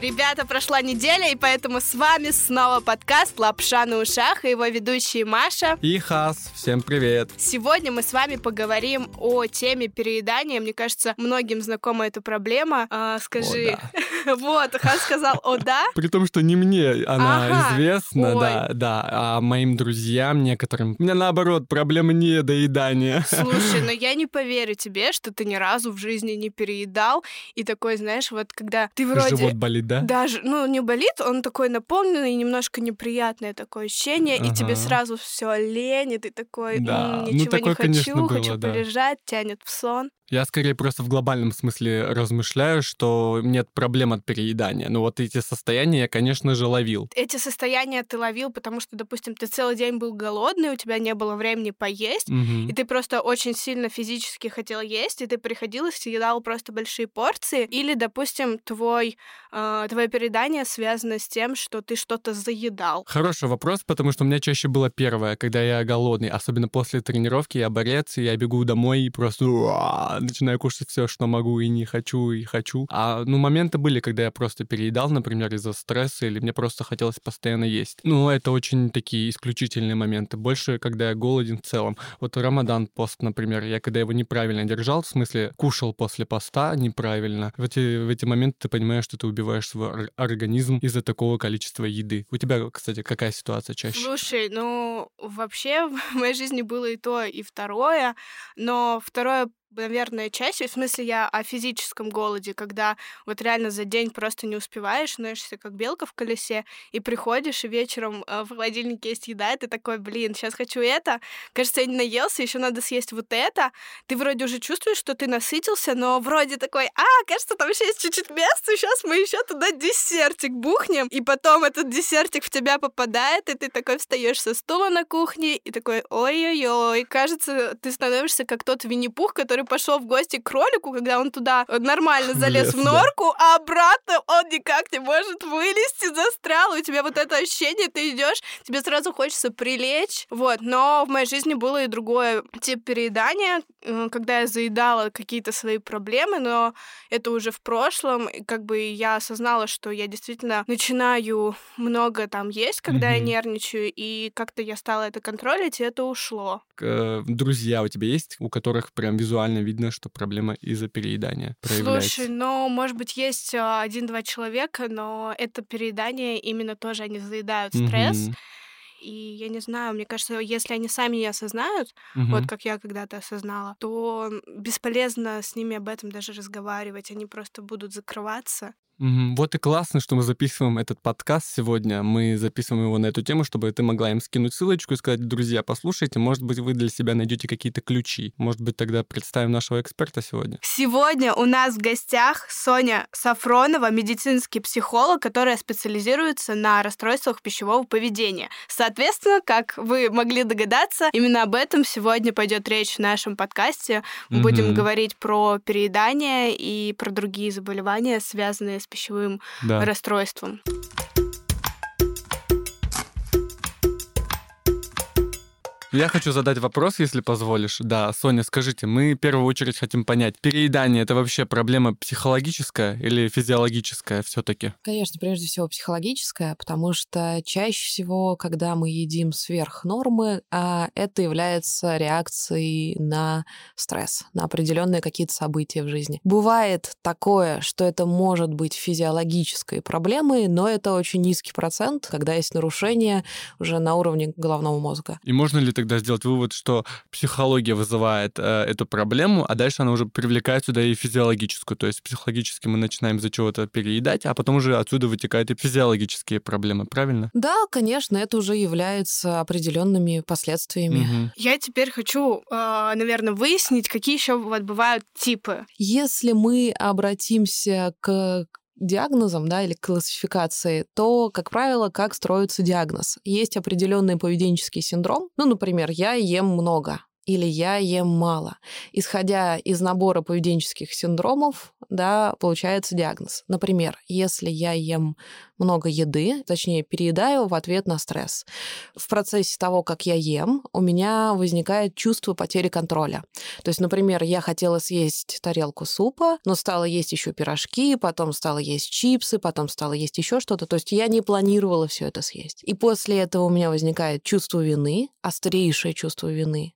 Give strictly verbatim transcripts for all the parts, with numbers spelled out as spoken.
Ребята, прошла неделя, и поэтому с вами снова подкаст «Лапша на ушах» и его ведущие Маша и Хас. Всем привет! Сегодня мы с вами поговорим о теме переедания. Мне кажется, многим знакома эта проблема. А, скажи... О, да. Вот, Хас сказал «О, да?» При том, что не мне она ага. известна, Ой. да, да, а моим друзьям некоторым. У меня наоборот, проблема не доедания. Слушай, но я не поверю тебе, что ты ни разу в жизни не переедал. И такой, знаешь, вот когда ты вроде... Живот болит, да? Даже, ну, не болит, он такой наполненный, немножко неприятное такое ощущение, Ага. и тебе сразу все лень, и ты такой, Да. «М, Ну, ничего такое, не хочу, конечно, было, хочу да. полежать», тянет в сон. Я скорее просто в глобальном смысле размышляю, что нет проблем от переедания. Но вот эти состояния я, конечно же, ловил. Эти состояния ты ловил, потому что, допустим, ты целый день был голодный, у тебя не было времени поесть, Мгм. и ты просто очень сильно физически хотел есть, и ты приходил и съедал просто большие порции. Или, допустим, твой, э, твое переедание связано с тем, что ты что-то заедал. Хороший вопрос, потому что у меня чаще было первое, когда я голодный. Особенно после тренировки, я борец, и я бегу домой и просто уа, начинаю кушать все, что могу, и не хочу, и хочу. А, ну, моменты были, когда я просто переедал, например, из-за стресса, или мне просто хотелось постоянно есть. Ну, это очень такие исключительные моменты. Больше, когда я голоден в целом. Вот Рамадан, пост, например, я когда его неправильно держал, в смысле, кушал после поста неправильно, в эти, в эти моменты ты понимаешь, что ты убиваешь свой ор- организм из-за такого количества еды. У тебя, кстати, какая ситуация чаще? Слушай, ну, вообще в моей жизни было и то, и второе, но второе, наверное, чаще, в смысле я о физическом голоде, когда вот реально за день просто не успеваешь, ноешься как белка в колесе, и приходишь, и вечером э, в холодильнике есть еда, и ты такой, блин, сейчас хочу это, кажется, я не наелся, еще надо съесть вот это. Ты вроде уже чувствуешь, что ты насытился, но вроде такой, а, кажется, там еще есть чуть-чуть места, сейчас мы еще туда десертик бухнем, и потом этот десертик в тебя попадает, и ты такой встаешь со стула на кухне, и такой, ой-ой-ой, кажется, ты становишься как тот Винни-Пух, который пошел в гости к кролику, когда он туда нормально залез В в, лес, да. норку, а обратно он никак не может вылезти, застрял, и у тебя вот это ощущение, ты идешь, тебе сразу хочется прилечь, вот, но в моей жизни было и другое тип переедания, э, когда я заедала какие-то свои проблемы, но это уже в прошлом, и как бы я осознала, что я действительно начинаю много там есть, когда я Мгм. нервничаю, и как-то я стала это контролить, и это ушло. Э, Друзья у тебя есть, у которых прям визуально видно, что проблема из-за переедания проявляется? Слушай, ну, может быть, есть а, один-два человека, но это переедание именно тоже они заедают стресс. Мгм. И я не знаю, мне кажется, если они сами не осознают, вот Мгм. как я когда-то осознала, то бесполезно с ними об этом даже разговаривать. Они просто будут закрываться. Мгм. Вот и классно, что мы записываем этот подкаст сегодня. Мы записываем его на эту тему, чтобы ты могла им скинуть ссылочку и сказать, друзья, послушайте, может быть, вы для себя найдете какие-то ключи. Может быть, тогда представим нашего эксперта сегодня. Сегодня у нас в гостях Соня Сафронова, медицинский психолог, которая специализируется на расстройствах пищевого поведения. Соответственно, как вы могли догадаться, именно об этом сегодня пойдет речь в нашем подкасте. Мы будем Мгм. говорить про переедание и про другие заболевания, связанные с пищевым Да. расстройством. Я хочу задать вопрос, если позволишь. Да, Соня, скажите, мы в первую очередь хотим понять, переедание — это вообще проблема психологическая или физиологическая все-таки? Конечно, прежде всего психологическая, потому что чаще всего, когда мы едим сверх нормы, а, это является реакцией на стресс, на определенные какие-то события в жизни. Бывает такое, что это может быть физиологической проблемой, но это очень низкий процент, когда есть нарушение уже на уровне головного мозга. И можно ли тогда сделать вывод, что психология вызывает э, эту проблему, а дальше она уже привлекает сюда и физиологическую. То есть психологически мы начинаем из-за чего-то переедать, а потом уже отсюда вытекают и физиологические проблемы, правильно? Да, конечно, это уже является определенными последствиями. Мгм. Я теперь хочу, э, наверное, выяснить, какие еще вот бывают типы. Если мы обратимся к диагнозам, да, или к классификации, то, как правило, как строится диагноз. Есть определенный поведенческий синдром. Ну, например, я ем много. или я ем мало. Исходя из набора поведенческих синдромов, да, получается диагноз. Например, если я ем много еды, точнее, переедаю в ответ на стресс. В процессе того, как я ем, у меня возникает чувство потери контроля. То есть, например, я хотела съесть тарелку супа, но стала есть еще пирожки, потом стала есть чипсы, потом стала есть еще что-то. То есть я не планировала все это съесть. И после этого у меня возникает чувство вины, острейшее чувство вины,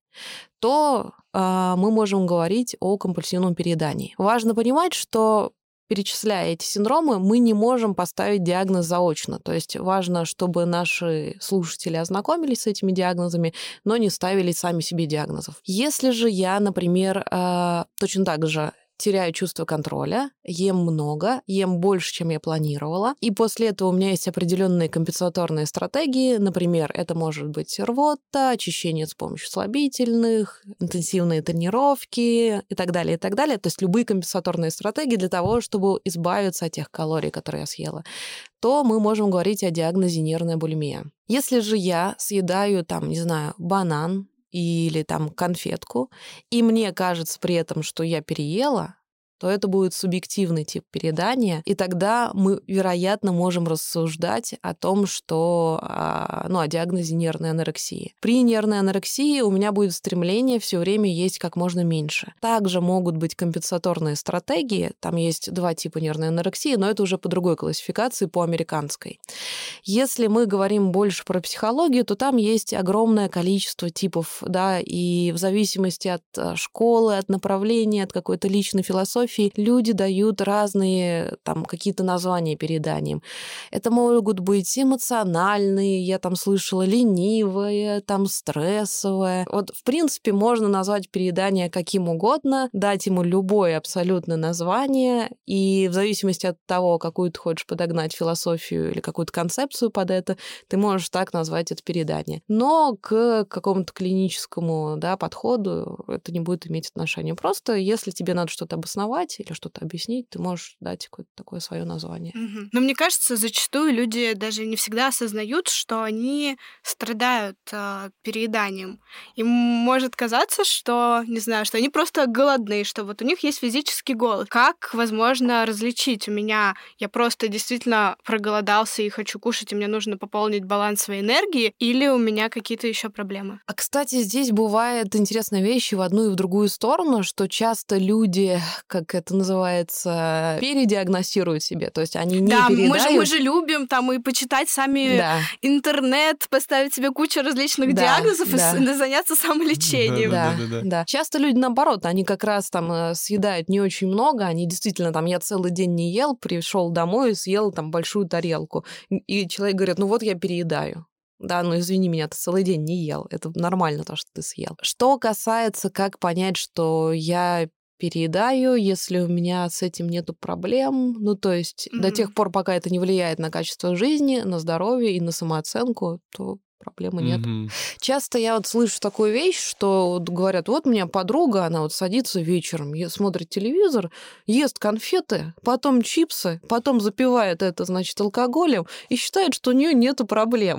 то э, мы можем говорить о компульсивном переедании. Важно понимать, что, перечисляя эти синдромы, мы не можем поставить диагноз заочно. То есть важно, чтобы наши слушатели ознакомились с этими диагнозами, но не ставили сами себе диагнозов. Если же я, например, э, точно так же теряю чувство контроля, ем много, ем больше, чем я планировала, и после этого у меня есть определенные компенсаторные стратегии, например, это может быть рвота, очищение с помощью слабительных, интенсивные тренировки и так далее, и так далее. То есть любые компенсаторные стратегии для того, чтобы избавиться от тех калорий, которые я съела, то мы можем говорить о диагнозе нервная булимия. Если же я съедаю, там, не знаю, банан, или там конфетку, и мне кажется при этом, что я переела, то это будет субъективный тип переедания, и тогда мы, вероятно, можем рассуждать о том, что, ну, о диагнозе нервной анорексии. При нервной анорексии у меня будет стремление все время есть как можно меньше. Также могут быть компенсаторные стратегии, там есть два типа нервной анорексии, но это уже по другой классификации, по американской. Если мы говорим больше про психологию, то там есть огромное количество типов, да, и в зависимости от школы, от направления, от какой-то личной философии, люди дают разные там какие-то названия перееданиям. Это могут быть эмоциональные, я там слышала, ленивые, там стрессовые. Вот, в принципе, можно назвать переедание каким угодно, дать ему любое абсолютно название, и в зависимости от того, какую ты хочешь подогнать философию или какую-то концепцию под это, ты можешь так назвать это переедание. Но к какому-то клиническому, да, подходу это не будет иметь отношения. Просто если тебе надо что-то обосновать или что-то объяснить, ты можешь дать какое-то такое свое название. Угу. Но мне кажется, зачастую люди даже не всегда осознают, что они страдают э, перееданием. Им может казаться, что, не знаю, что они просто голодны, что вот у них есть физический голод. Как возможно различить? У меня я просто действительно проголодался и хочу кушать, и мне нужно пополнить баланс своей энергии, или у меня какие-то еще проблемы? А, кстати, здесь бывает интересная вещь и в одну и в другую сторону, что часто люди, как это называется, передиагностируют себе. То есть они не да, передают. мы же, мы же любим там и почитать сами да. интернет, поставить себе кучу различных да, диагнозов да. и заняться самолечением. Да, да, да, да, да. Часто люди, наоборот, они как раз там съедают не очень много, они действительно там, я целый день не ел, пришел домой и съел там большую тарелку. И человек говорит, ну вот я переедаю. Да, ну извини меня, ты целый день не ел. Это нормально то, что ты съел. Что касается, как понять, что я переедаю, если у меня с этим нету проблем. Ну, то есть mm-hmm. до тех пор, пока это не влияет на качество жизни, на здоровье и на самооценку, то проблемы нет. Mm-hmm. Часто я вот слышу такую вещь, что вот говорят, вот у меня подруга, она вот садится вечером, смотрит телевизор, ест конфеты, потом чипсы, потом запивает это, значит, алкоголем и считает, что у нее нету проблем.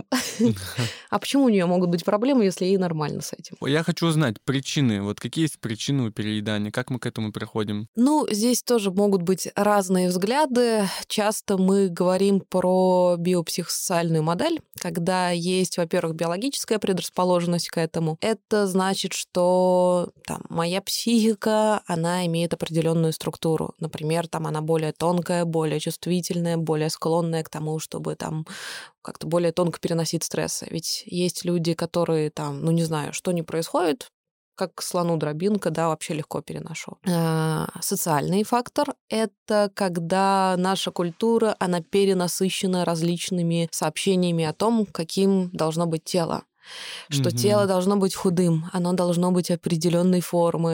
А почему у нее могут быть проблемы, если ей нормально с этим? Я хочу узнать причины. Вот какие есть причины у переедания? Как мы к этому приходим? Ну, здесь тоже могут быть разные взгляды. Часто мы говорим про биопсихосоциальную модель, когда есть, во-первых, биологическая предрасположенность к этому. Это значит, что там, моя психика, она имеет определенную структуру. Например, там она более тонкая, более чувствительная, более склонная к тому, чтобы там как-то более тонко переносить стрессы. Ведь есть люди, которые там, ну не знаю, что ни происходит, как слону дробинка, да, вообще легко переношу. А, социальный фактор — это когда наша культура, она перенасыщена различными сообщениями о том, каким должно быть тело. Что mm-hmm. тело должно быть худым, оно должно быть определенной формы,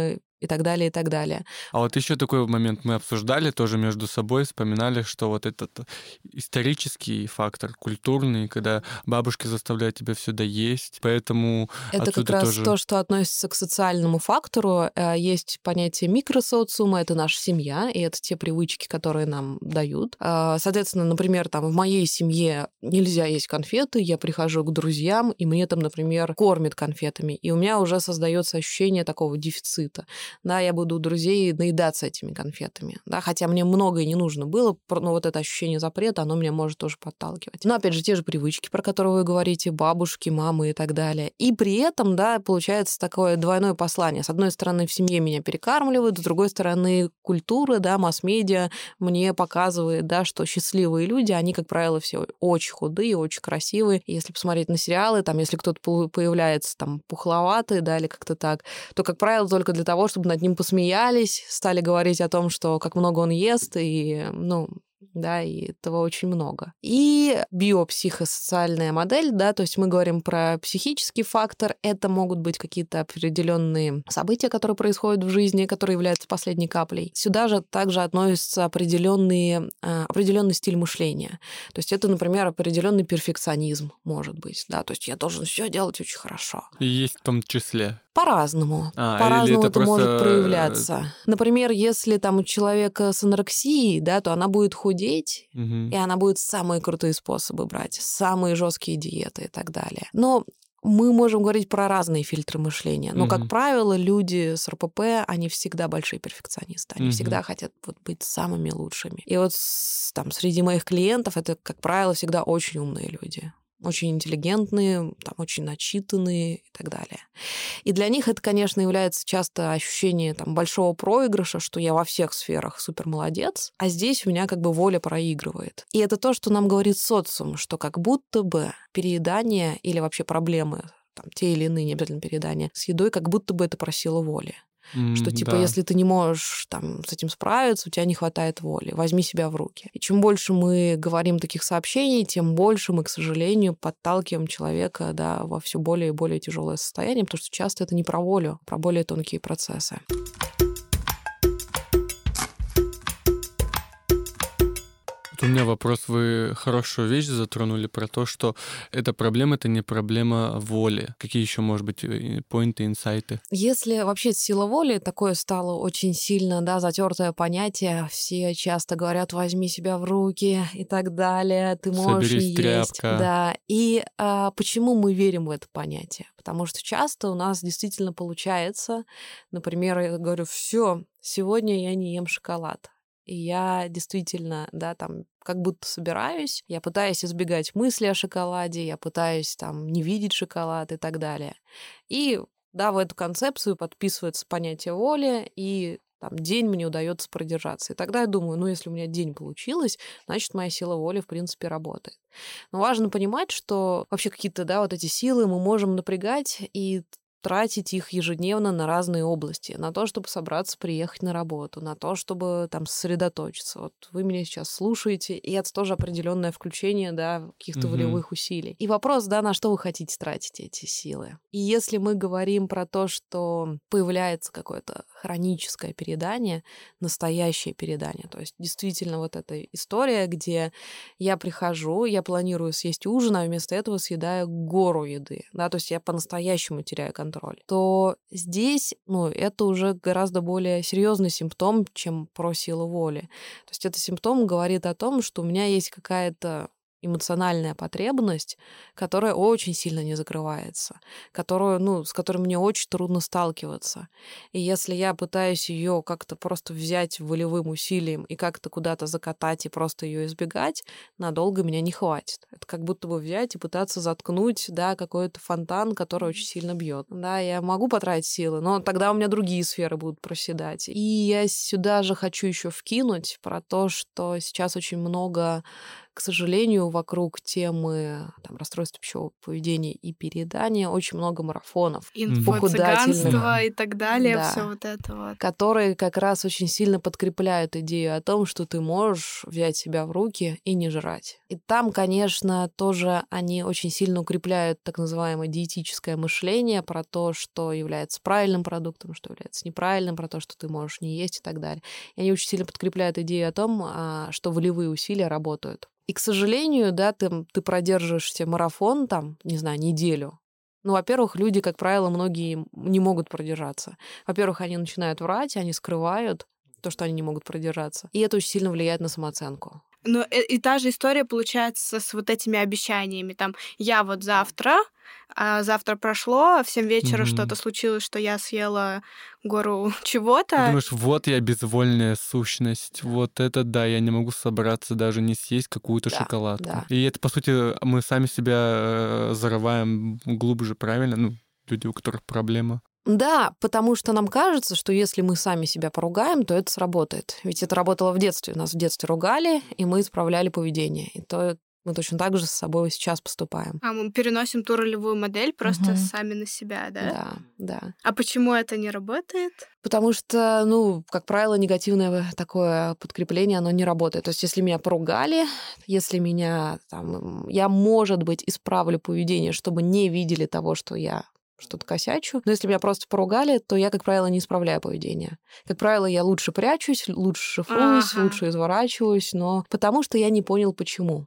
и так далее, и так далее. А вот еще такой момент мы обсуждали тоже между собой, вспоминали, что вот этот исторический фактор, культурный, когда бабушки заставляют тебя все доесть, поэтому это как раз тоже... то, что относится к социальному фактору. Есть понятие микросоциума, это наша семья, и это те привычки, которые нам дают. Соответственно, например, там в моей семье нельзя есть конфеты, я прихожу к друзьям, и мне там, например, кормят конфетами, и у меня уже создается ощущение такого дефицита. Да, я буду у друзей наедаться этими конфетами, да, хотя мне многое не нужно было, но вот это ощущение запрета, оно меня может тоже подталкивать. Но, опять же, те же привычки, про которые вы говорите, бабушки, мамы и так далее. И при этом, да, получается такое двойное послание. С одной стороны, в семье меня перекармливают, с другой стороны, культура, да, масс-медиа мне показывает, да, что счастливые люди, они, как правило, все очень худые, очень красивые. И если посмотреть на сериалы, там, если кто-то появляется там пухловатый, да, или как-то так, то, как правило, только для того, чтобы над ним посмеялись, стали говорить о том, что как много он ест, и, ну, да, и этого очень много. И биопсихосоциальная модель, да, то есть мы говорим про психический фактор, это могут быть какие-то определенные события, которые происходят в жизни, которые являются последней каплей. Сюда же также относятся определенные, определенный стиль мышления. То есть это, например, определенный перфекционизм, может быть, да, то есть я должен все делать очень хорошо. И есть в том числе. По-разному. А, По-разному это, это просто... может проявляться. Например, если там у человека с анорексией, да, то она будет худеть, угу. и она будет самые крутые способы брать, самые жесткие диеты и так далее. Но мы можем говорить про разные фильтры мышления. Но, угу. как правило, люди с эр пэ пэ, они всегда большие перфекционисты. Они угу. всегда хотят вот быть самыми лучшими. И вот там среди моих клиентов это, как правило, всегда очень умные люди. Очень интеллигентные, там, очень начитанные и так далее. И для них это, конечно, является часто ощущение там, большого проигрыша, что я во всех сферах супермолодец, а здесь у меня как бы воля проигрывает. И это то, что нам говорит социум, что как будто бы переедание или вообще проблемы, там, те или иные, не обязательно переедания, с едой, как будто бы это про силу воли. Mm, что, типа, да. если ты не можешь там, с этим справиться, у тебя не хватает воли, возьми себя в руки. И чем больше мы говорим таких сообщений, тем больше мы, к сожалению, подталкиваем человека, да, во все более и более тяжелое состояние, потому что часто это не про волю, а про более тонкие процессы. У меня вопрос. Вы хорошую вещь затронули про то, что эта проблема — это не проблема воли. Какие еще, может быть, поинты, инсайты? Если вообще сила воли такое стало очень сильно, да, затертое понятие, все часто говорят: возьми себя в руки и так далее, ты можешь Соберись, не есть. тряпка. Да. И а, почему мы верим в это понятие? Потому что часто у нас действительно получается, например, я говорю: все, сегодня я не ем шоколад. И я действительно, да, там, как будто собираюсь, я пытаюсь избегать мысли о шоколаде, я пытаюсь там не видеть шоколад и так далее. И, да, в эту концепцию подписывается понятие воли, и там день мне удается продержаться. И тогда я думаю, ну, если у меня день получилось, значит, моя сила воли, в принципе, работает. Но важно понимать, что вообще какие-то, да, вот эти силы мы можем напрягать и тратить их ежедневно на разные области. На то, чтобы собраться, приехать на работу, на то, чтобы там сосредоточиться. Вот вы меня сейчас слушаете, и это тоже определенное включение, да, каких-то угу. волевых усилий. И вопрос, да, на что вы хотите тратить эти силы. И если мы говорим про то, что появляется какое-то хроническое переедание, настоящее переедание, то есть действительно вот эта история, где я прихожу, я планирую съесть ужин, а вместо этого съедаю гору еды, да, то есть я по-настоящему теряю контроль, то здесь, ну, это уже гораздо более серьезный симптом, чем про силу воли. То есть этот симптом говорит о том, что у меня есть какая-то эмоциональная потребность, которая очень сильно не закрывается, которую, ну, с которой мне очень трудно сталкиваться. И если я пытаюсь ее как-то просто взять волевым усилием и как-то куда-то закатать и просто ее избегать, надолго меня не хватит. Это как будто бы взять и пытаться заткнуть, да, какой-то фонтан, который очень сильно бьет. Да, я могу потратить силы, но тогда у меня другие сферы будут проседать. И я сюда же хочу еще вкинуть про то, что сейчас очень много К сожалению, вокруг темы там, расстройства пищевого поведения и переедания очень много марафонов. Инфо-цыганство и так далее, Да. все вот это вот. Которые как раз очень сильно подкрепляют идею о том, что ты можешь взять себя в руки и не жрать. И там, конечно, тоже они очень сильно укрепляют так называемое диетическое мышление про то, что является правильным продуктом, что является неправильным, про то, что ты можешь не есть и так далее. И они очень сильно подкрепляют идею о том, что волевые усилия работают. И, к сожалению, да, ты, ты продержишься марафон, там, не знаю, неделю. Ну, во-первых, люди, как правило, многие не могут продержаться. Во-первых, они начинают врать, они скрывают то, что они не могут продержаться. И это очень сильно влияет на самооценку. Ну, и, и та же история получается с вот этими обещаниями. Там, я вот завтра, а завтра прошло, а в семь вечера Мгм. что-то случилось, что я съела гору чего-то. Ты думаешь, вот я безвольная сущность, вот это да, я не могу собраться даже не съесть какую-то Да, шоколадку. да. И это, по сути, мы сами себя э, зарываем глубже, правильно? Ну, люди, у которых проблема. Да, потому что нам кажется, что если мы сами себя поругаем, то это сработает. Ведь это работало в детстве. Нас в детстве ругали, и мы исправляли поведение. И то мы точно так же с собой сейчас поступаем. А мы переносим ту ролевую модель просто Мгм. сами на себя, да? Да, да. А почему это не работает? Потому что, ну, как правило, негативное такое подкрепление, оно не работает. То есть если меня поругали, если меня там... Я, может быть, исправлю поведение, чтобы не видели того, что я что-то косячу. Но если меня просто поругали, то я, как правило, не исправляю поведение. Как правило, я лучше прячусь, лучше шифруюсь, Ага. лучше изворачиваюсь, но потому что я не понял, почему.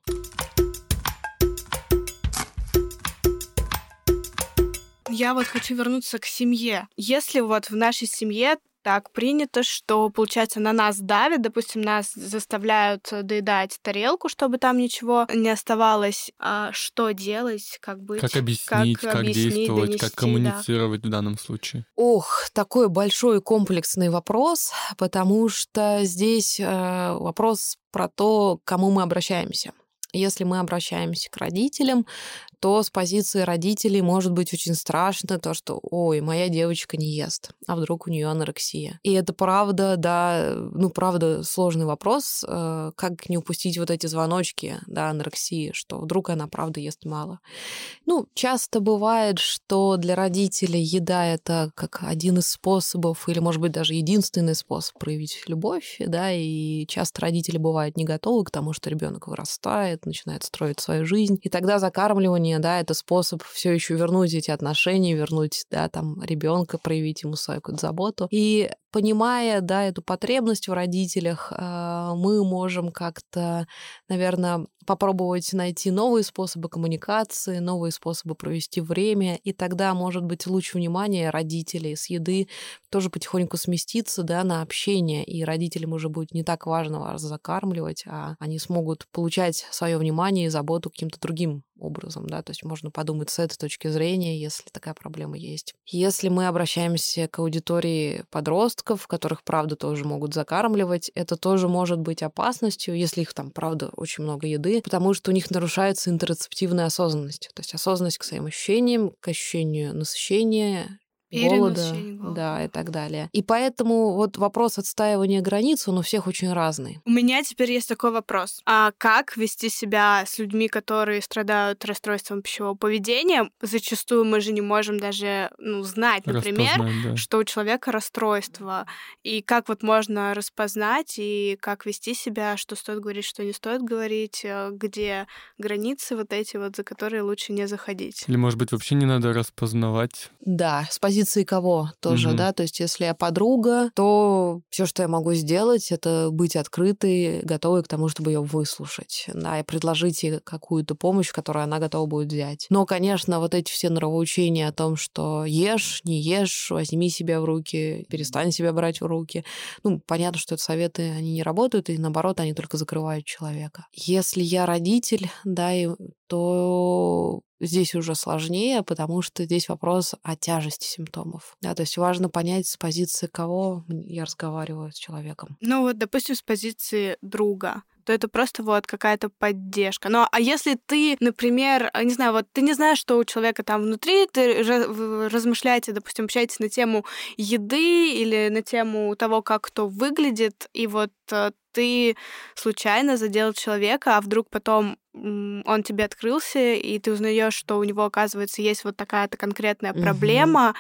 Я вот хочу вернуться к семье. Если вот в нашей семье так принято, что, получается, на нас давят, допустим, нас заставляют доедать тарелку, чтобы там ничего не оставалось, а что делать, как быть, Как объяснить, как, объяснить, действовать, донести, как да. коммуницировать в данном случае? Ох, такой большой комплексный вопрос, потому что здесь э, вопрос про то, к кому мы обращаемся. Если мы обращаемся к родителям, то с позиции родителей может быть очень страшно то, что «Ой, моя девочка не ест, а вдруг у нее анорексия». И это правда, да, ну, правда, сложный вопрос, э, как не упустить вот эти звоночки, да, анорексии, что вдруг она, правда, ест мало. Ну, часто бывает, что для родителей еда — это как один из способов, или, может быть, даже единственный способ проявить любовь, да, и часто родители бывают не готовы к тому, что ребенок вырастает, начинает строить свою жизнь, и тогда закармливание, да, это способ все еще вернуть эти отношения, вернуть, да, там, ребенка, проявить ему свою какую-то заботу. И понимая, да, эту потребность в родителях, мы можем как-то, наверное, попробовать найти новые способы коммуникации, новые способы провести время, и тогда, может быть, луч внимания родителей с еды тоже потихоньку сместится, да, на общение, и родителям уже будет не так важно вас закармливать, а они смогут получать свое внимание и заботу каким-то другим образом, да, то есть можно подумать с этой точки зрения, если такая проблема есть. Если мы обращаемся к аудитории подростков, которых, правда, тоже могут закармливать, это тоже может быть опасностью, если их там, правда, очень много еды, потому что у них нарушается интерцептивная осознанность, то есть осознанность к своим ощущениям, к ощущению насыщения, голода, Перенасыщение голода. да, и так далее. И поэтому вот вопрос отстаивания границ, он у всех очень разный. У меня теперь есть такой вопрос. А как вести себя с людьми, которые страдают расстройством пищевого поведения? Зачастую мы же не можем даже, ну, знать, например, Распознать, да. что у человека расстройство. И как вот можно распознать, и как вести себя, что стоит говорить, что не стоит говорить, э, где границы вот эти вот, за которые лучше не заходить. Или, может быть, вообще не надо распознавать? Да, с позиции кого тоже, Мгм. да, то есть если я подруга, то все, что я могу сделать, это быть открытой, готовой к тому, чтобы ее выслушать, да, и предложить ей какую-то помощь, которую она готова будет взять. Но, конечно, вот эти все нравоучения о том, что ешь, не ешь, возьми себя в руки, перестань себя брать в руки, ну, понятно, что это советы, они не работают, и наоборот, они только закрывают человека. Если я родитель, да, и то здесь уже сложнее, потому что здесь вопрос о тяжести симптомов. Да, то есть важно понять, с позиции кого я разговариваю с человеком. Ну вот, допустим, с позиции друга. то это просто вот какая-то поддержка. Но а если ты, например, не знаю, вот ты не знаешь, что у человека там внутри, ты размышляете, допустим, общаетесь на тему еды или на тему того, как кто выглядит, и вот ты случайно задел человека, а вдруг потом он тебе открылся, и ты узнаешь, что у него, оказывается, есть вот такая-то конкретная Мгм. проблема,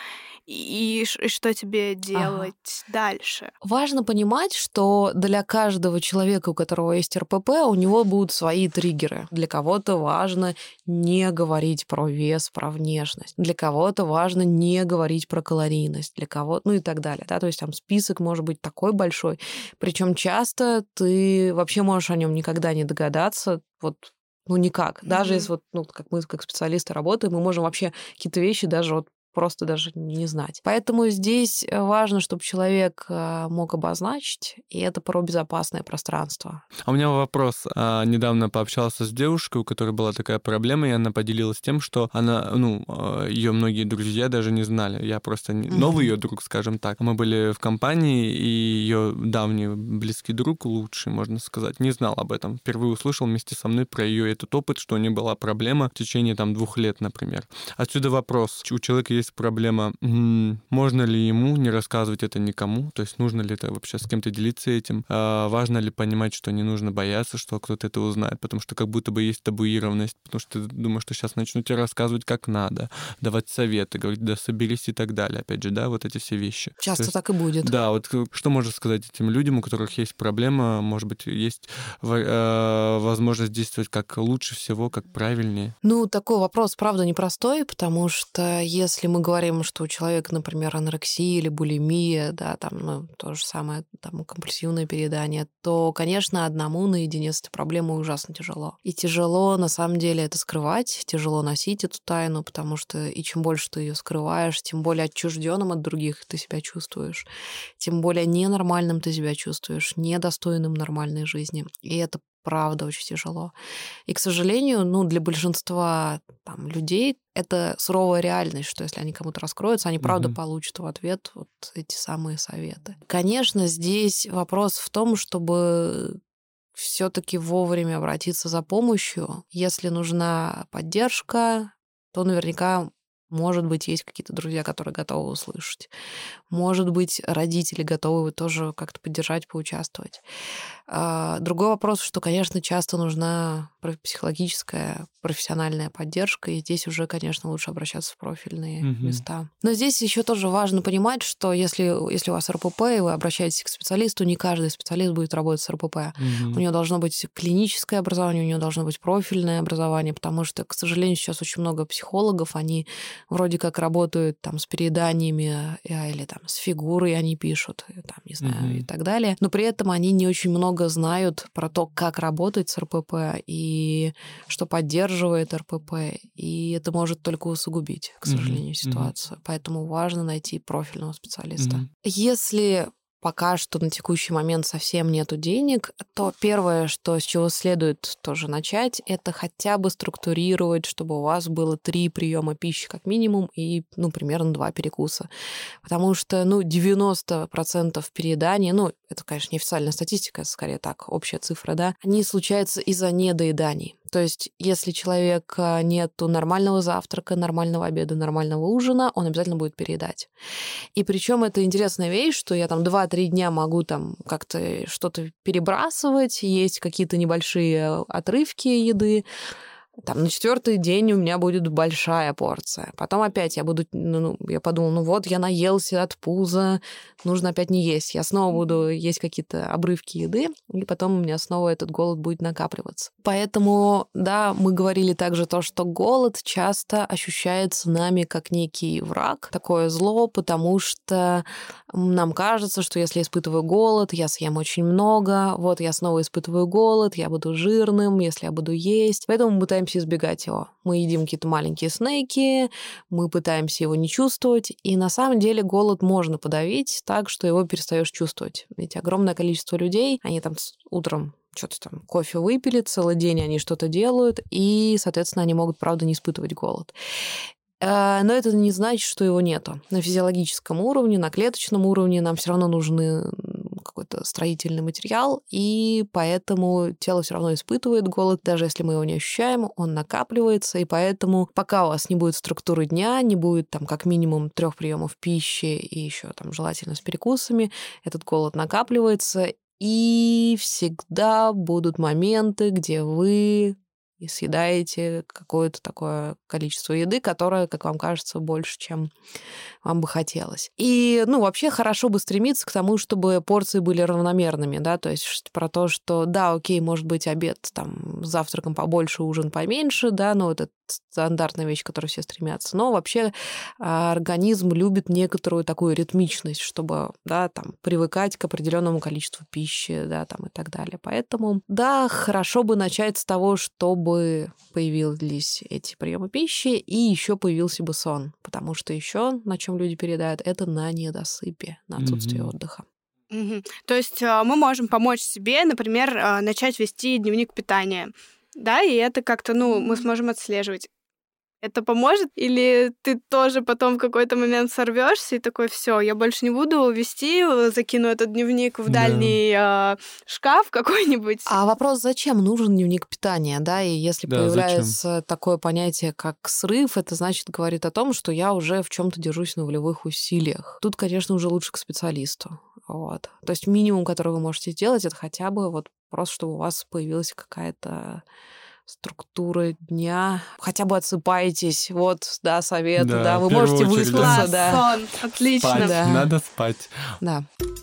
и, и ш- и что тебе Ага. делать дальше? Важно понимать, что для каждого человека, у которого есть РПП, у него будут свои триггеры. Для кого-то важно не говорить про вес, про внешность. Для кого-то важно не говорить про калорийность. Для кого-то, ну и так далее. Да? То есть там список может быть такой большой. Причем часто ты вообще можешь о нем никогда не догадаться. Вот ну, никак. Даже Мгм. если вот, ну, как мы как специалисты работаем, мы можем вообще какие-то вещи даже вот просто даже не знать. Поэтому здесь э, важно, чтобы человек э, мог обозначить, и это про безопасное пространство. А у меня вопрос. А, недавно пообщался с девушкой, у которой была такая проблема, и она поделилась тем, что она, ну, ее многие друзья даже не знали. Я просто не- новый Мгм. ее друг, скажем так. Мы были в компании, и ее давний близкий друг, лучший, можно сказать, не знал об этом. Впервые услышал вместе со мной про ее этот опыт, что у нее была проблема в течение там двух лет, например. Отсюда вопрос. У человека есть проблема, м, можно ли ему не рассказывать это никому, то есть нужно ли это вообще с кем-то делиться этим, А, важно ли понимать, что не нужно бояться, что кто-то это узнает, потому что как будто бы есть табуированность, потому что ты думаешь, что сейчас начну тебе рассказывать, как надо, давать советы, говорить, да соберись и так далее, опять же, да, вот эти все вещи. То Часто есть, так и будет. да, вот к- что можно сказать этим людям, у которых есть проблема, может быть, есть во- э, возможность действовать как лучше всего, как правильнее? Ну, такой вопрос, правда, непростой, потому что если мы говорим, что у человека, например, анорексия или булимия, да, там, ну, то же самое, там, компульсивное переедание, то, конечно, одному наедине с этой проблемой ужасно тяжело. И тяжело, на самом деле, это скрывать, тяжело носить эту тайну, потому что и чем больше ты ее скрываешь, тем более отчужденным от других ты себя чувствуешь, тем более ненормальным ты себя чувствуешь, недостойным нормальной жизни. И это правда очень тяжело. И, к сожалению, ну, для большинства там, людей это суровая реальность, что если они кому-то раскроются, они правда Мгм. получат в ответ вот эти самые советы. Конечно, здесь вопрос в том, чтобы все-таки вовремя обратиться за помощью. Если нужна поддержка, то наверняка, может быть, есть какие-то друзья, которые готовы услышать. Может быть, родители готовы тоже как-то поддержать, поучаствовать. А, Другой вопрос, что, конечно, часто нужна про- психологическая, профессиональная поддержка, и здесь уже, конечно, лучше обращаться в профильные Мгм. места. Но здесь еще тоже важно понимать, что если, если у вас РПП, и вы обращаетесь к специалисту, не каждый специалист будет работать с РПП. У Мгм. него должно быть клиническое образование, у него должно быть профильное образование, потому что, к сожалению, сейчас очень много психологов, они вроде как работают там с перееданиями э, или там с фигурой они пишут, и, там, не знаю, и Мгм. так далее. Но при этом они не очень много знают про то, как работать с РПП и что поддерживает РПП. И это может только усугубить, к Мгм. сожалению, Мгм. ситуацию. Поэтому важно найти профильного специалиста. Мгм. Если пока что на текущий момент совсем нету денег, то первое, что с чего следует тоже начать, это хотя бы структурировать, чтобы у вас было три приема пищи как минимум и, ну, примерно два перекуса. Потому что, ну, девяносто процентов перееданий, ну, это, конечно, неофициальная статистика, это скорее так, общая цифра, да, они случаются из-за недоеданий. То есть, если человека нету нормального завтрака, нормального обеда, нормального ужина, он обязательно будет переедать. И причем это интересная вещь, что я там два-три дня могу там как-то что-то перебрасывать, есть какие-то небольшие отрывки еды. Там на четвертый день у меня будет большая порция. Потом опять я буду, ну, ну, я подумала, ну вот, я наелся от пуза, нужно опять не есть. Я снова буду есть какие-то обрывки еды, и потом у меня снова этот голод будет накапливаться. Поэтому, да, мы говорили также то, что голод часто ощущается нами как некий враг, такое зло, потому что нам кажется, что если я испытываю голод, я съем очень много, вот я снова испытываю голод, я буду жирным, если я буду есть. Поэтому мы пытаемся избегать его. Мы едим какие-то маленькие снеки, мы пытаемся его не чувствовать, и на самом деле голод можно подавить так, что его перестаешь чувствовать. Ведь огромное количество людей, они там с- утром что-то там кофе выпили, целый день они что-то делают, и, соответственно, они могут, правда, не испытывать голод. Э, Но это не значит, что его нету. На физиологическом уровне, на клеточном уровне нам все равно нужны м, какой-то строительный материал, и поэтому тело все равно испытывает голод, даже если мы его не ощущаем, он накапливается, и поэтому пока у вас не будет структуры дня, не будет там как минимум трех приемов пищи и еще там желательно с перекусами, этот голод накапливается, и всегда будут моменты, где вы и съедаете какое-то такое количество еды, которое, как вам кажется, больше, чем вам бы хотелось. И, ну, вообще хорошо бы стремиться к тому, чтобы порции были равномерными, да, то есть про то, что, да, окей, может быть, обед там с завтраком побольше, ужин поменьше, да, но это стандартная вещь, к которой все стремятся. Но вообще организм любит некоторую такую ритмичность, чтобы, да, там, привыкать к определенному количеству пищи, да, там, и так далее. Поэтому, да, хорошо бы начать с того, чтобы появились эти приемы пищи, и еще появился бы сон. Потому что еще, на чем люди передают, это на недосыпе, на отсутствие mm-hmm. отдыха. Угу. То есть мы можем помочь себе, например, начать вести дневник питания. Да, и это как-то, ну, мы сможем отслеживать. Это поможет? Или ты тоже потом в какой-то момент сорвешься и такой, все, я больше не буду вести, закину этот дневник в дальний да. э, шкаф какой-нибудь? А вопрос, зачем нужен дневник питания, да? И если да, появляется зачем? Такое понятие, как срыв, это значит, говорит о том, что я уже в чем-то держусь на волевых усилиях. Тут, конечно, уже лучше к специалисту. Вот. То есть минимум, который вы можете сделать, это хотя бы вот просто, чтобы у вас появилась какая-то структура дня. Хотя бы отсыпайтесь. Вот, да, совет. Да, да вы можете очередь, выспаться. Да. Да. Сон. Отлично. Спать. Да. Надо спать. Да.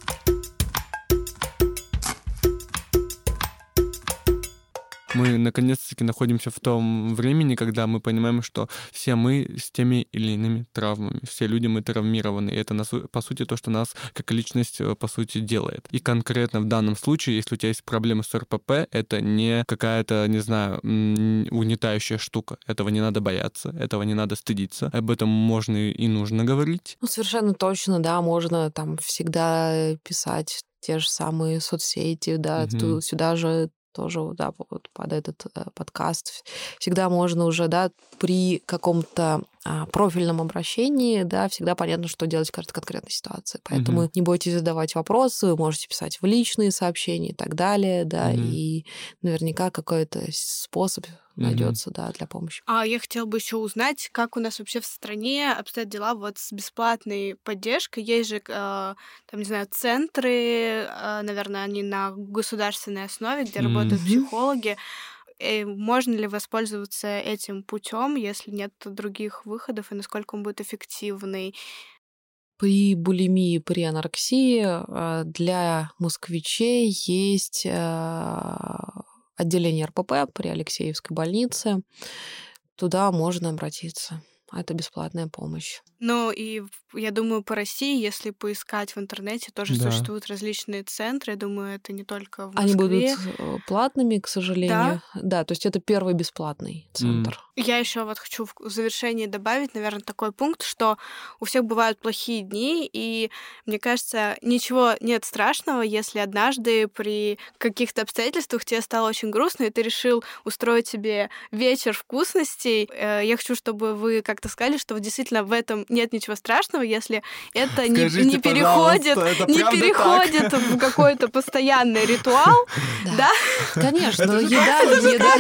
Мы, наконец-таки, находимся в том времени, когда мы понимаем, что все мы с теми или иными травмами. Все люди мы травмированы. И это, по сути, то, что нас как личность, по сути, делает. И конкретно в данном случае, если у тебя есть проблемы с эр пэ пэ, это не какая-то, не знаю, угнетающая штука. Этого не надо бояться, этого не надо стыдиться. Об этом можно и нужно говорить. Ну, совершенно точно, да, можно там всегда писать те же самые соцсети, да, угу. Ту, сюда же тоже, да, вот под этот э, подкаст. Всегда можно уже, да, при каком-то а, профильном обращении, да, всегда понятно, что делать в каждой конкретной ситуации. Поэтому mm-hmm. не бойтесь задавать вопросы, вы можете писать в личные сообщения и так далее, да, mm-hmm. и наверняка какой-то способ найдется, mm-hmm. да, для помощи. А я хотела бы еще узнать, как у нас вообще в стране обстоят дела вот с бесплатной поддержкой. Есть же, э, там, не знаю, центры, э, наверное, они на государственной основе, где mm-hmm. работают психологи. И можно ли воспользоваться этим путем, если нет других выходов, и насколько он будет эффективный? При булимии, при анорексии для москвичей есть отделение эр пэ пэ при Алексеевской больнице. Туда можно обратиться. Это бесплатная помощь. Ну и я думаю, по России, если поискать в интернете, тоже да. существуют различные центры. Я думаю, это не только в Москве. Они будут платными, к сожалению. Да, да, то есть это первый бесплатный центр. Mm. Я еще вот хочу в завершении добавить, наверное, такой пункт, что у всех бывают плохие дни, и мне кажется, ничего нет страшного, если однажды при каких-то обстоятельствах тебе стало очень грустно, и ты решил устроить себе вечер вкусностей. Я хочу, чтобы вы как-то сказали, что действительно в этом нет ничего страшного, если это Скажите, не, не переходит, это не переходит так? в какой-то постоянный ритуал, да? Конечно, еда, еда,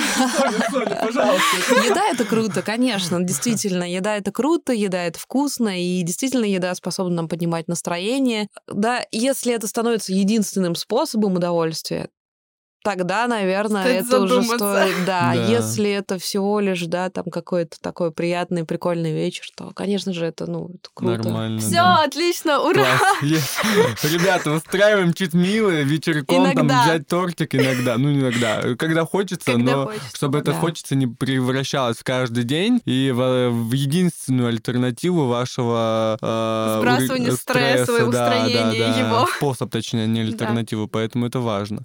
еда это круто, конечно, действительно, еда это круто, еда это вкусно, и действительно еда способна нам поднимать настроение. Да, если это становится единственным способом удовольствия, тогда, наверное, Стоит это задуматься. уже стоит... Да, да, если это всего лишь, да, там какой-то такой приятный, прикольный вечер, то, конечно же, это, ну, это круто. Нормально, Все, да. Отлично, ура! Ребята, устраиваем чуть милое вечерком, иногда. Там взять тортик иногда, ну, иногда, когда хочется, когда но хочется. Чтобы это да. хочется не превращалось в каждый день и в, в единственную альтернативу вашего... Э, Сбрасывания ур... стресса, стресса да, устранения да, да. его. Способ, точнее, не альтернативу, да. Поэтому это важно.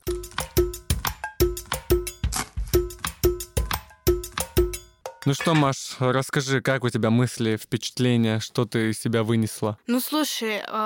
Ну что, Маш, расскажи, как у тебя мысли, впечатления, что ты из себя вынесла? Ну, слушай,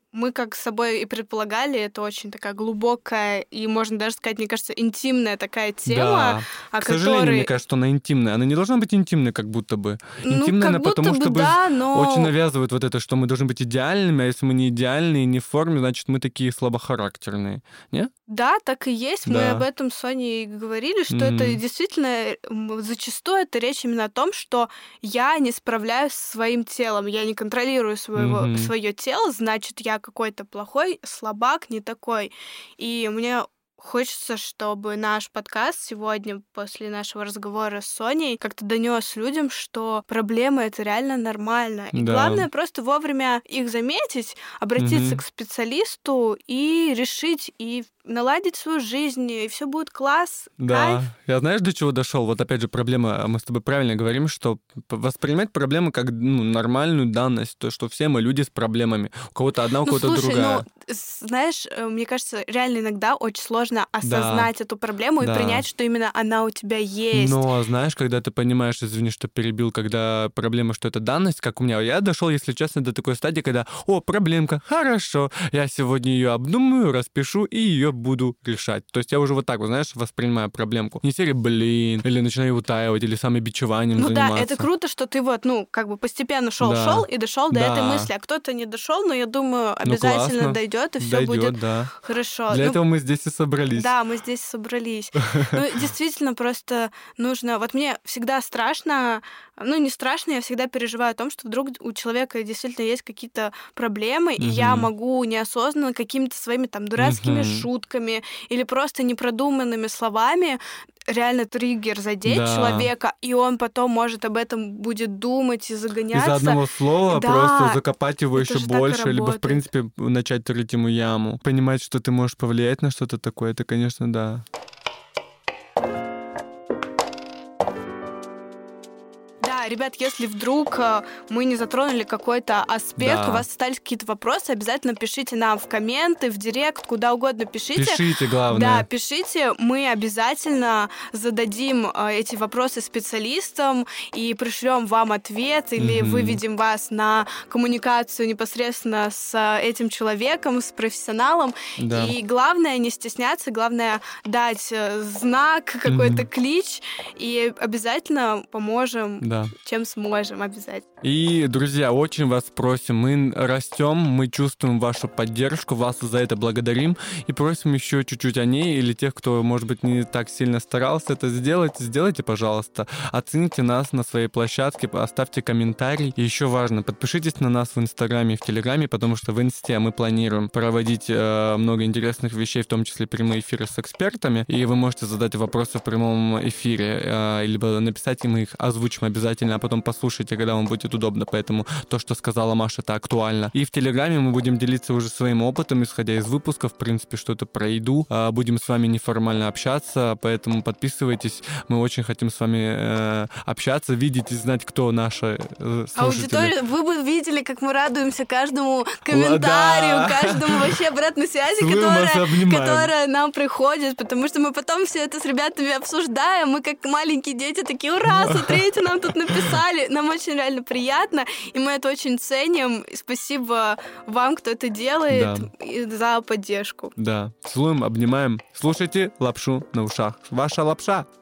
мы, как с собой и предполагали, это очень такая глубокая и, можно даже сказать, мне кажется, интимная такая тема, Да. о К сожалению, которой... мне кажется, что она интимная. Она не должна быть интимной, как будто бы. Ну, Интимная как она будто потому, бы что да, но... очень навязывают вот это, что мы должны быть идеальными, а если мы не идеальные, не в форме, значит, мы такие слабохарактерные. Не? Да, так и есть. Мы Да. об этом с Соней говорили, что Мгм. это действительно м, зачастую это речь именно о том, что я не справляюсь со своим телом, я не контролирую своего, Мгм. свое тело, значит, я какой-то плохой, слабак, не такой. И мне хочется, чтобы наш подкаст сегодня, после нашего разговора с Соней, как-то донес людям, что проблемы это реально нормально. И Да. главное просто вовремя их заметить, обратиться Мгм. к специалисту и решить, и наладить свою жизнь, и все будет класс, Да. кайф. Я знаешь, до чего дошел? Вот опять же проблема, мы с тобой правильно говорим, что п- воспринимать проблему как ну, нормальную данность, то, что все мы люди с проблемами. У кого-то одна, у Ну, кого-то слушай, другая. ну, с- знаешь, э, мне кажется, реально иногда очень сложно осознать эту проблему да. и принять, что именно она у тебя есть. Но знаешь, когда ты понимаешь, извини, что перебил, когда проблема, что это данность, как у меня, я дошел, если честно, до такой стадии, когда, о, проблемка, хорошо, я сегодня ее обдумаю, распишу и ее буду решать. То есть я уже вот так, вот, знаешь, воспринимаю проблемку. Не серии, блин, или начинаю утаивать, или самобичеванием Ну заниматься. да, это круто, что ты вот, ну, как бы постепенно шел, Да. шел и дошел до Да. этой мысли, а кто-то не дошел, но я думаю, Ну, обязательно классно. дойдет, и все Дойдет, будет да. хорошо. Для Ну, этого мы здесь и собрались. да, мы здесь собрались. Ну, действительно, просто нужно... Вот мне всегда страшно, ну, не страшно, я всегда переживаю о том, что вдруг у человека действительно есть какие-то проблемы, и я Мгм. могу неосознанно какими-то своими там дурацкими Мгм. шутками или просто непродуманными словами реально триггер задеть Да. человека, и он потом может об этом будет думать и загоняться. Из-за одного слова Да, просто закопать его это еще же так и больше, либо, в работает. принципе, начать рыть ему яму. Понимать, что ты можешь повлиять на что-то такое, это, конечно, да. Да, ребят, если вдруг э, мы не затронули какой-то аспект, Да. у вас остались какие-то вопросы, обязательно пишите нам в комменты, в директ, куда угодно пишите. Пишите, Да, главное. пишите, мы обязательно зададим э, эти вопросы специалистам и пришлем вам ответ или Мгм. выведем вас на коммуникацию непосредственно с э, этим человеком, с профессионалом. Да. И главное не стесняться, главное дать э, знак, какой-то Мгм. клич, и обязательно поможем, Да. чем сможем, обязательно. И, друзья, очень вас просим, мы растем, мы чувствуем вашу поддержку, вас за это благодарим и просим еще чуть-чуть о ней или тех, кто, может быть, не так сильно старался это сделать, сделайте, пожалуйста, оцените нас на своей площадке, оставьте комментарий. И еще важно, подпишитесь на нас в Инстаграме и в Телеграме, потому что в Инсте мы планируем проводить э, много интересных вещей, в том числе прямые эфиры с экспертами, и вы можете задать вопросы в прямом эфире, э, либо написать, и мы их озвучим обязательно, а потом послушайте, когда вам будет удобно, поэтому то, что сказала Маша, это актуально. И в Телеграме мы будем делиться уже своим опытом, исходя из выпусков, в принципе, что-то про еду. А, будем с вами неформально общаться, поэтому подписывайтесь. Мы очень хотим с вами э, общаться, видеть и знать, кто наши э, слушатели. Аудитория, вы бы видели, как мы радуемся каждому комментарию, Да. каждому вообще обратной связи, Целуем вас и которая, обнимаем. которая нам приходит, потому что мы потом все это с ребятами обсуждаем, мы как маленькие дети такие, ура, смотрите, нам тут написали, нам очень реально приятно, и мы это очень ценим. И спасибо вам, кто это делает, Да. и за поддержку. Да. Целуем, обнимаем. Слушайте лапшу на ушах. Ваша лапша.